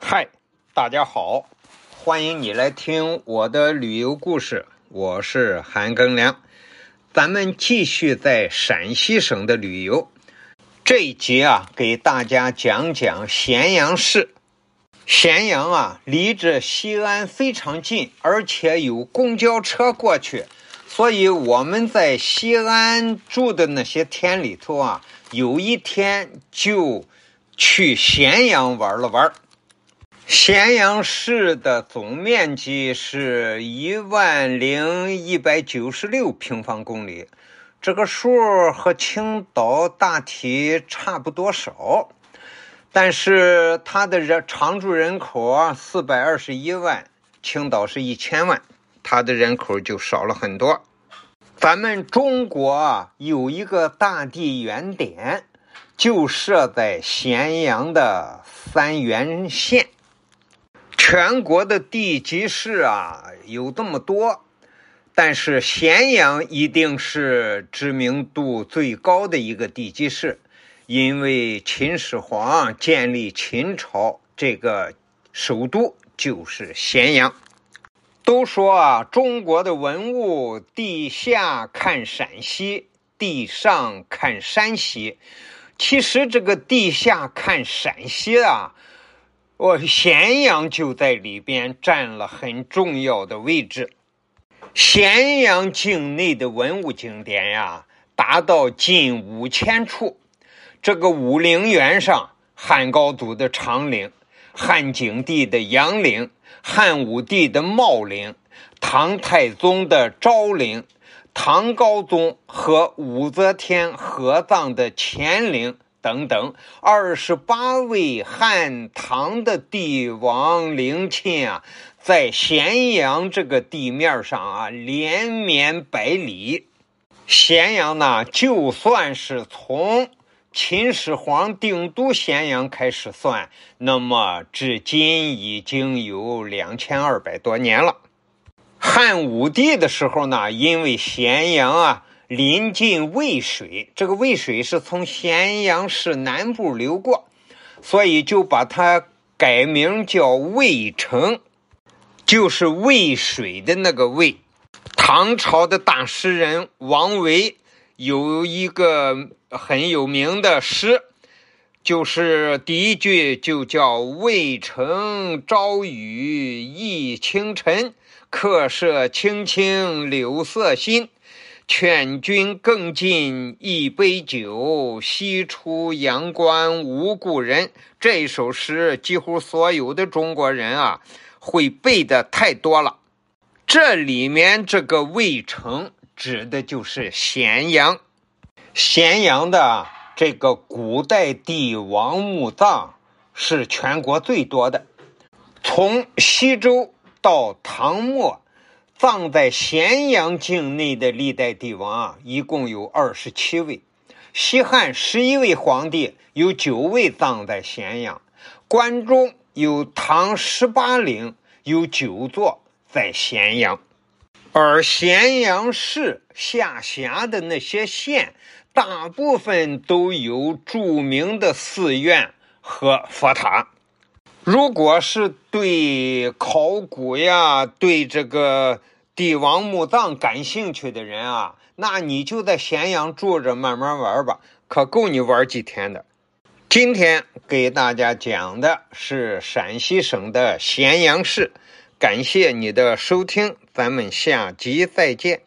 嗨，大家好，欢迎你来听我的旅游故事，我是韩庚良。咱们继续在陕西省的旅游。这一集给大家讲讲咸阳市。咸阳离着西安非常近，而且有公交车过去，所以我们在西安住的那些天里头有一天就去咸阳玩了玩。咸阳市的总面积是10196平方公里，这个数和青岛大体差不多少，但是它的常住人口421万，青岛是1000万，它的人口就少了很多。咱们中国有一个大地原点，就设在咸阳的三原县。全国的地级市有这么多，但是咸阳一定是知名度最高的一个地级市，因为秦始皇建立秦朝，这个首都就是咸阳。都说中国的文物地下看陕西，地上看山西。其实这个地下看陕西咸阳就在里边占了很重要的位置。咸阳境内的文物景点达到近5000处。这个武陵源上，汉高祖的长陵，汉景帝的杨陵，汉武帝的茂陵，唐太宗的昭陵，唐高宗和武则天合葬的乾陵等等，28位汉唐的帝王陵寝在咸阳这个地面上连绵百里。咸阳就算是从秦始皇定都咸阳开始算，那么至今已经有2200多年了。汉武帝的时候因为咸阳临近渭水，这个渭水是从咸阳市南部流过，所以就把它改名叫渭城，就是渭水的那个渭。唐朝的大诗人王维有一个很有名的诗，就是第一句就叫渭城朝雨浥轻尘，客舍青青柳色新，劝君更尽一杯酒，西出阳关无故人。这一首诗几乎所有的中国人会背的太多了。这里面这个渭城指的就是咸阳。咸阳的这个古代帝王墓葬是全国最多的，从西周到唐末，葬在咸阳境内的历代帝王一共有27位。西汉11位皇帝有9位葬在咸阳，关中有唐18陵，有9座在咸阳。而咸阳市下辖的那些县，大部分都有著名的寺院和佛塔。如果是对考古对这个帝王墓葬感兴趣的人那你就在咸阳住着慢慢玩吧，可够你玩几天的。今天给大家讲的是陕西省的咸阳市，感谢你的收听，咱们下集再见。